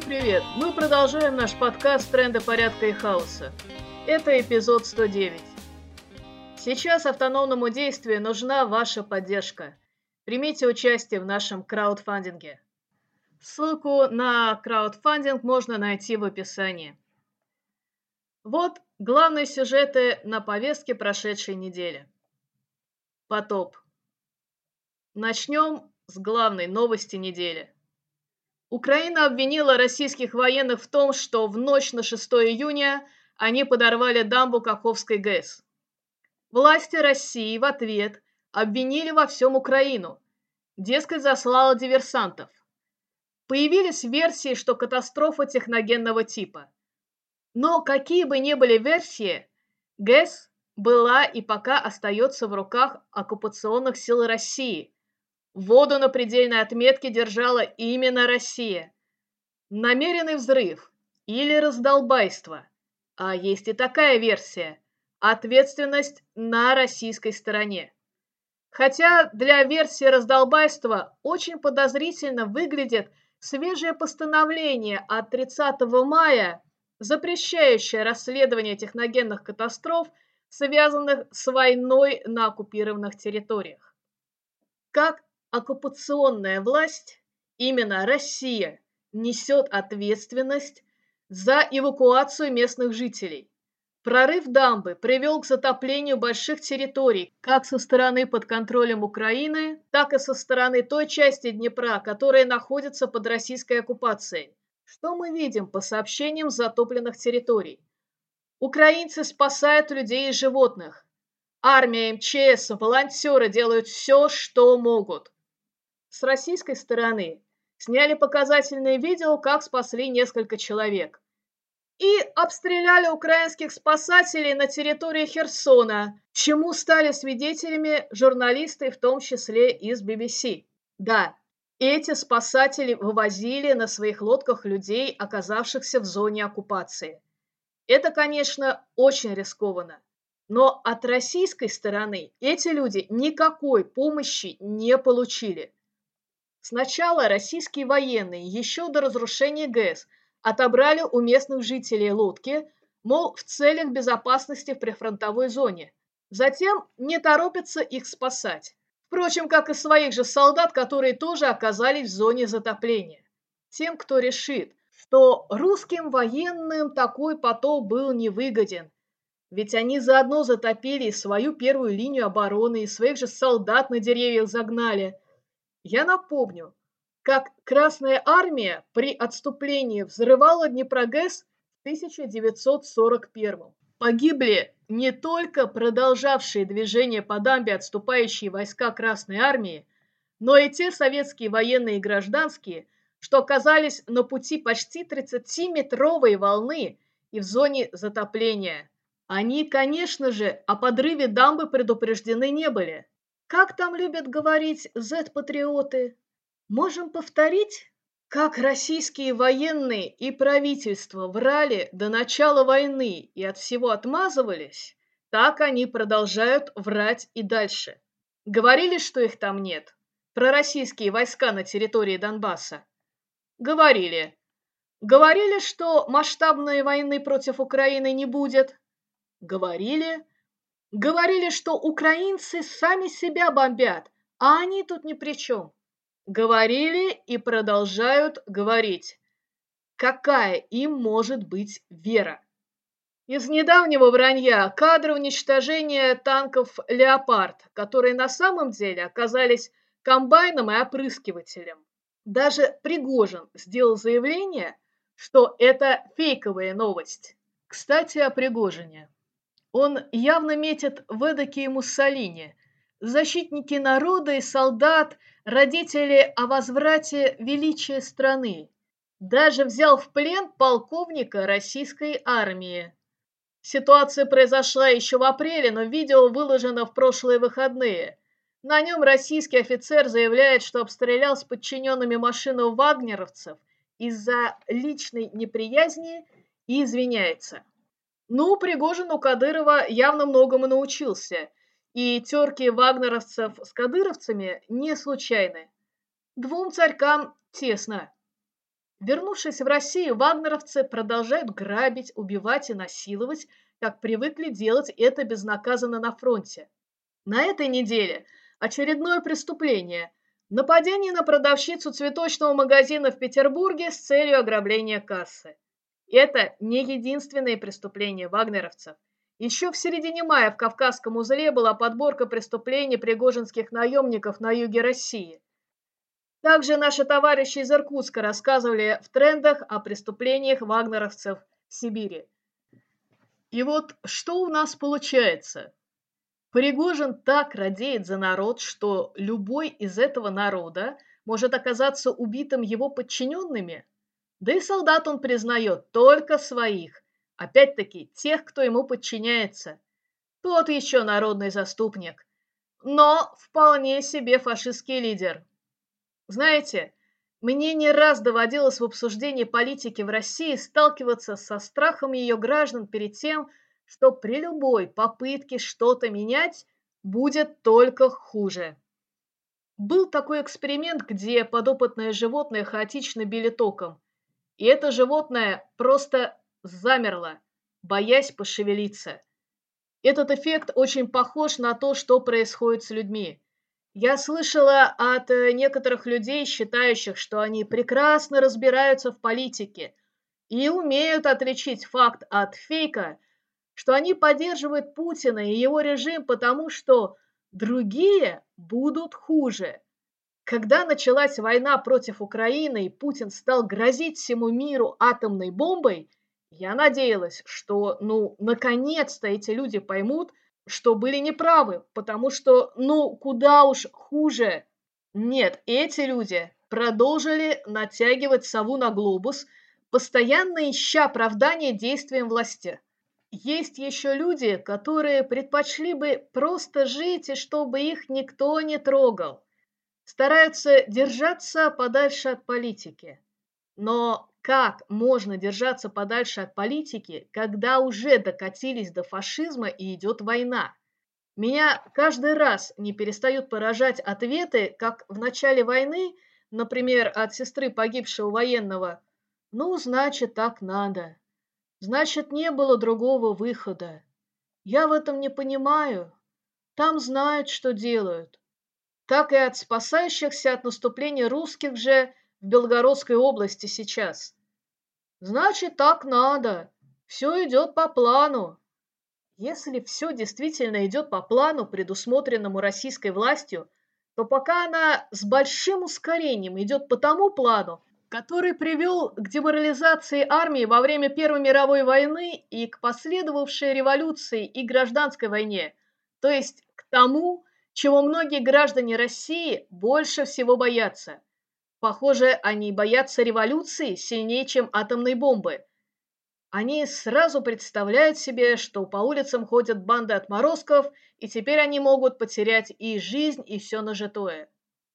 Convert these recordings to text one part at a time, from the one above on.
привет! Мы продолжаем наш подкаст «Тренды порядка и хаоса». Это эпизод 109. Сейчас автономному действию нужна ваша поддержка. Примите участие в нашем краудфандинге. Ссылку на краудфандинг можно найти в описании. Вот главные сюжеты на повестке прошедшей недели. Потоп. Начнем с главной новости недели. Украина обвинила российских военных в том, что в ночь на 6 июня они подорвали дамбу Каховской ГЭС. Власти России в ответ обвинили во всем Украину, дескать, заслала диверсантов. Появились версии, что катастрофа техногенного типа. Но какие бы ни были версии, ГЭС была и пока остается в руках оккупационных сил России. Воду на предельной отметке держала именно Россия. Намеренный взрыв или раздолбайство, а есть и такая версия, ответственность на российской стороне. Хотя для версии раздолбайства очень подозрительно выглядит свежее постановление от 30 мая, запрещающее расследование техногенных катастроф, связанных с войной на оккупированных территориях. Как оккупационная власть, именно Россия несет ответственность за эвакуацию местных жителей. Прорыв дамбы привел к затоплению больших территорий, как со стороны под контролем Украины, так и со стороны той части Днепра, которая находится под российской оккупацией. Что мы видим по сообщениям затопленных территорий? Украинцы спасают людей и животных. Армия, МЧС, волонтеры делают все, что могут. С российской стороны сняли показательное видео, как спасли несколько человек. И обстреляли украинских спасателей на территории Херсона, чему стали свидетелями журналисты, в том числе из BBC. Да, эти спасатели вывозили на своих лодках людей, оказавшихся в зоне оккупации. Это, конечно, очень рискованно. Но от российской стороны эти люди никакой помощи не получили. Сначала российские военные еще до разрушения ГЭС отобрали у местных жителей лодки, мол, в целях безопасности в прифронтовой зоне. Затем не торопятся их спасать. Впрочем, как и своих же солдат, которые тоже оказались в зоне затопления. Тем, кто решит, что русским военным такой потоп был невыгоден, ведь они заодно затопили и свою первую линию обороны, и своих же солдат на деревьях загнали. Я напомню, как Красная Армия при отступлении взрывала Днепрогэс в 1941. Погибли не только продолжавшие движение по дамбе отступающие войска Красной Армии, но и те советские военные и гражданские, что оказались на пути почти 30-метровой волны и в зоне затопления. Они, конечно же, о подрыве дамбы предупреждены не были. Как там любят говорить Z-патриоты? Можем повторить? Как российские военные и правительство врали до начала войны и от всего отмазывались, так они продолжают врать и дальше. Говорили, что их там нет? Про российские войска на территории Донбасса? Говорили. Говорили, что масштабной войны против Украины не будет? Говорили. Говорили, что украинцы сами себя бомбят, а они тут ни при чем. Говорили и продолжают говорить. Какая им может быть вера? Из недавнего вранья кадры уничтожения танков «Леопард», которые на самом деле оказались комбайном и опрыскивателем. Даже Пригожин сделал заявление, что это фейковая новость. Кстати, о Пригожине. Он явно метит в эдакие Муссолини, защитники народа и солдат, родители о возврате величия страны. Даже взял в плен полковника российской армии. Ситуация произошла еще в апреле, но видео выложено в прошлые выходные. На нем российский офицер заявляет, что обстрелял с подчиненными машину вагнеровцев из-за личной неприязни и извиняется. Ну, Пригожин у Кадырова явно многому научился, и терки вагнеровцев с кадыровцами не случайны. Двум царькам тесно. Вернувшись в Россию, вагнеровцы продолжают грабить, убивать и насиловать, как привыкли делать это безнаказанно на фронте. На этой неделе очередное преступление – нападение на продавщицу цветочного магазина в Петербурге с целью ограбления кассы. Это не единственное преступление вагнеровцев. Еще в середине мая в Кавказском узле была подборка преступлений пригожинских наемников на юге России. Также наши товарищи из Иркутска рассказывали в трендах о преступлениях вагнеровцев в Сибири. И вот что у нас получается? Пригожин так радеет за народ, что любой из этого народа может оказаться убитым его подчиненными. Да и солдат он признает только своих, опять-таки тех, кто ему подчиняется. Тот еще народный заступник, но вполне себе фашистский лидер. Знаете, мне не раз доводилось в обсуждении политики в России сталкиваться со страхом ее граждан перед тем, что при любой попытке что-то менять будет только хуже. Был такой эксперимент, где подопытное животное хаотично били током, и это животное просто замерло, боясь пошевелиться. Этот эффект очень похож на то, что происходит с людьми. Я слышала от некоторых людей, считающих, что они прекрасно разбираются в политике и умеют отличить факт от фейка, что они поддерживают Путина и его режим, потому что другие будут хуже. Когда началась война против Украины и Путин стал грозить всему миру атомной бомбой, я надеялась, что, наконец-то эти люди поймут, что были неправы, потому что, куда уж хуже. Нет, эти люди продолжили натягивать сову на глобус, постоянно ища оправдания действиям власти. Есть еще люди, которые предпочли бы просто жить, и чтобы их никто не трогал. Стараются держаться подальше от политики. Но как можно держаться подальше от политики, когда уже докатились до фашизма и идет война? Меня каждый раз не перестают поражать ответы, как в начале войны, например, от сестры погибшего военного: «Ну, значит, так надо. Значит, не было другого выхода. Я в этом не понимаю. Там знают, что делают». Так и от спасающихся от наступления русских же в Белгородской области сейчас. Значит, так надо. Все идет по плану. Если все действительно идет по плану, предусмотренному российской властью, то пока она с большим ускорением идет по тому плану, который привел к деморализации армии во время Первой мировой войны и к последовавшей революции и гражданской войне, то есть к тому, чего многие граждане России больше всего боятся. Похоже, они боятся революции сильнее, чем атомной бомбы. Они сразу представляют себе, что по улицам ходят банды отморозков, и теперь они могут потерять и жизнь, и все нажитое.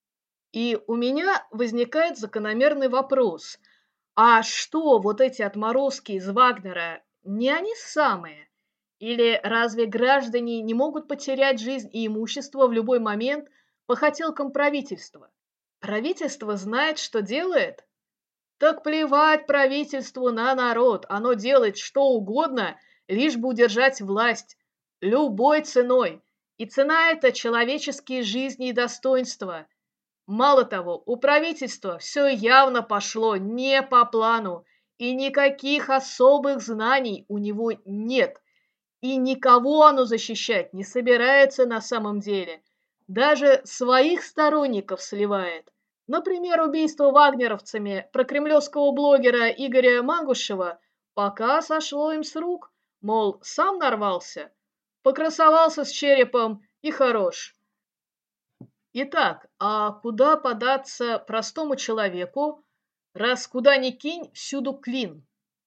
И у меня возникает закономерный вопрос: а что вот эти отморозки из Вагнера, не они самые? Или разве граждане не могут потерять жизнь и имущество в любой момент по хотелкам правительства? Правительство знает, что делает? Так плевать правительству на народ, оно делает что угодно, лишь бы удержать власть, любой ценой. И цена – это человеческие жизни и достоинства. Мало того, у правительства все явно пошло не по плану, и никаких особых знаний у него нет, и никого оно защищать не собирается на самом деле. Даже своих сторонников сливает. Например, убийство вагнеровцами прокремлевского блогера Игоря Мангушева пока сошло им с рук, мол, сам нарвался, покрасовался с черепом и хорош. Итак, а куда податься простому человеку, раз куда ни кинь, всюду клин?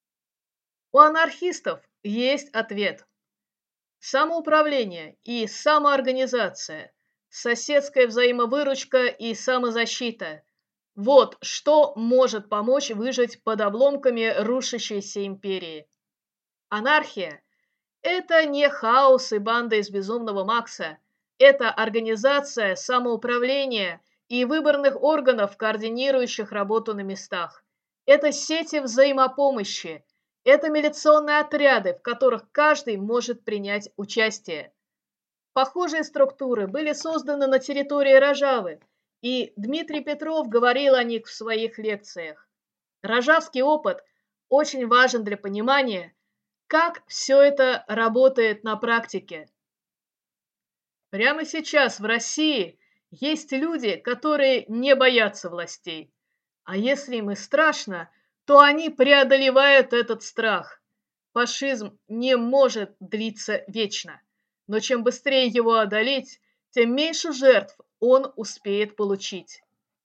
У анархистов есть ответ. Самоуправление и самоорганизация, соседская взаимовыручка и самозащита – вот что может помочь выжить под обломками рушащейся империи. Анархия – это не хаос и банда из Безумного Макса, это организация, самоуправление и выборных органов, координирующих работу на местах. Это сети взаимопомощи, это милиционные отряды, в которых каждый может принять участие. Похожие структуры были созданы на территории Рожавы, и Дмитрий Петров говорил о них в своих лекциях. Рожавский опыт очень важен для понимания, как все это работает на практике. Прямо сейчас в России есть люди, которые не боятся властей. А если им и страшно, то они преодолевают этот страх. Фашизм не может длиться вечно, но чем быстрее его одолеть, тем меньше жертв он успеет получить.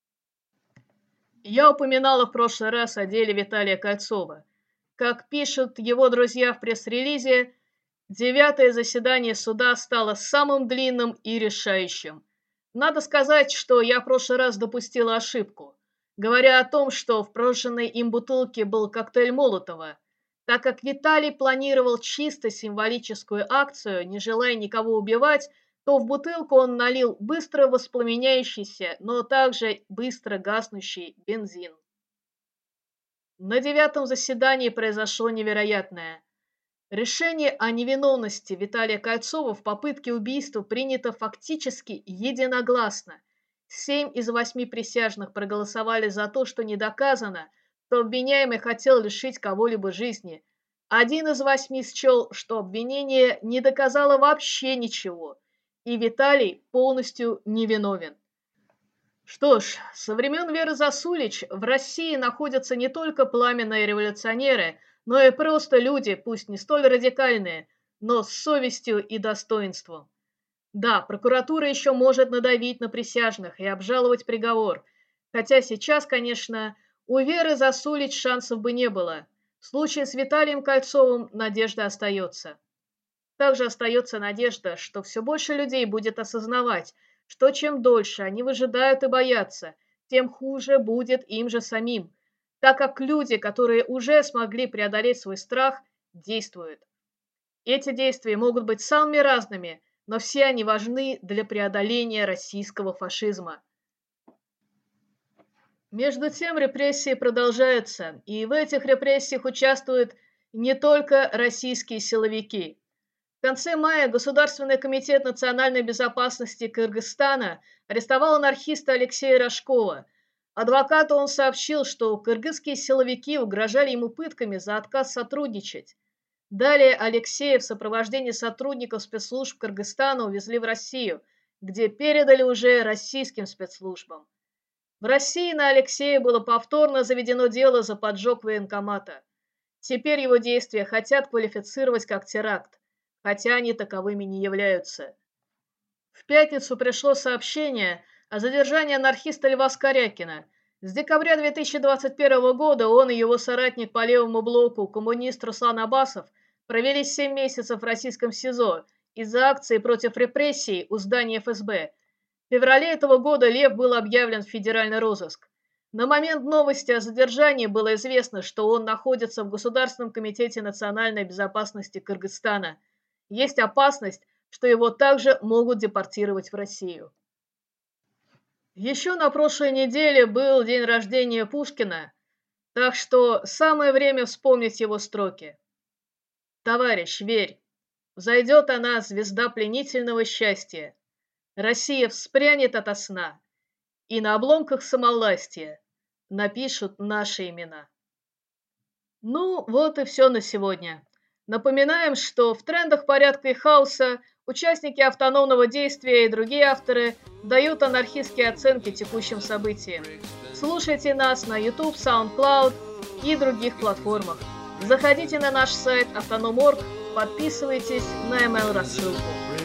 Я упоминала в прошлый раз о деле Виталия Кольцова. Как пишут его друзья в пресс-релизе, 9-е заседание суда стало самым длинным и решающим. Надо сказать, что я в прошлый раз допустила ошибку, говоря о том, что в брошенной им бутылке был коктейль Молотова, так как Виталий планировал чисто символическую акцию, не желая никого убивать, то в бутылку он налил быстро воспламеняющийся, но также быстро гаснущий бензин. На 9-м заседании произошло невероятное. Решение о невиновности Виталия Кольцова в попытке убийства принято фактически единогласно. 7 из 8 присяжных проголосовали за то, что не доказано, что обвиняемый хотел лишить кого-либо жизни. 1 из 8 счел, что обвинение не доказало вообще ничего, и Виталий полностью невиновен. Что ж, со времен Веры Засулич в России находятся не только пламенные революционеры, но и просто люди, пусть не столь радикальные, но с совестью и достоинством. Да, прокуратура еще может надавить на присяжных и обжаловать приговор, хотя сейчас, конечно, у Веры Засулич шансов бы не было. В случае с Виталием Кольцовым надежда остается. Также остается надежда, что все больше людей будет осознавать, что чем дольше они выжидают и боятся, тем хуже будет им же самим, так как люди, которые уже смогли преодолеть свой страх, действуют. Эти действия могут быть самыми разными, но все они важны для преодоления российского фашизма. Между тем репрессии продолжаются, и в этих репрессиях участвуют не только российские силовики. В конце мая Государственный комитет национальной безопасности Кыргызстана арестовал анархиста Алексея Рожкова. Адвокату он сообщил, что кыргызские силовики угрожали ему пытками за отказ сотрудничать. Далее Алексея в сопровождении сотрудников спецслужб Кыргызстана увезли в Россию, где передали уже российским спецслужбам. В России на Алексея было повторно заведено дело за поджог военкомата. Теперь его действия хотят квалифицировать как теракт, хотя они таковыми не являются. В пятницу пришло сообщение о задержании анархиста Льва Скорякина. С декабря 2021 года он и его соратник по левому блоку, коммунист Руслан Абасов, провели 7 месяцев в российском СИЗО из-за акции против репрессий у здания ФСБ. В феврале этого года Лев был объявлен в федеральный розыск. На момент новости о задержании было известно, что он находится в Государственном комитете национальной безопасности Кыргызстана. Есть опасность, что его также могут депортировать в Россию. Еще на прошлой неделе был день рождения Пушкина, так что самое время вспомнить его строки. «Товарищ, верь, взойдет она, звезда пленительного счастья. Россия вспрянет ото сна, и на обломках самовластия напишут наши имена». Ну, вот и все на сегодня. Напоминаем, что в трендах порядка и хаоса участники автономного действия и другие авторы дают анархистские оценки текущим событиям. Слушайте нас на YouTube, SoundCloud и других платформах. Заходите на наш сайт autonom.org, подписывайтесь на email-рассылку.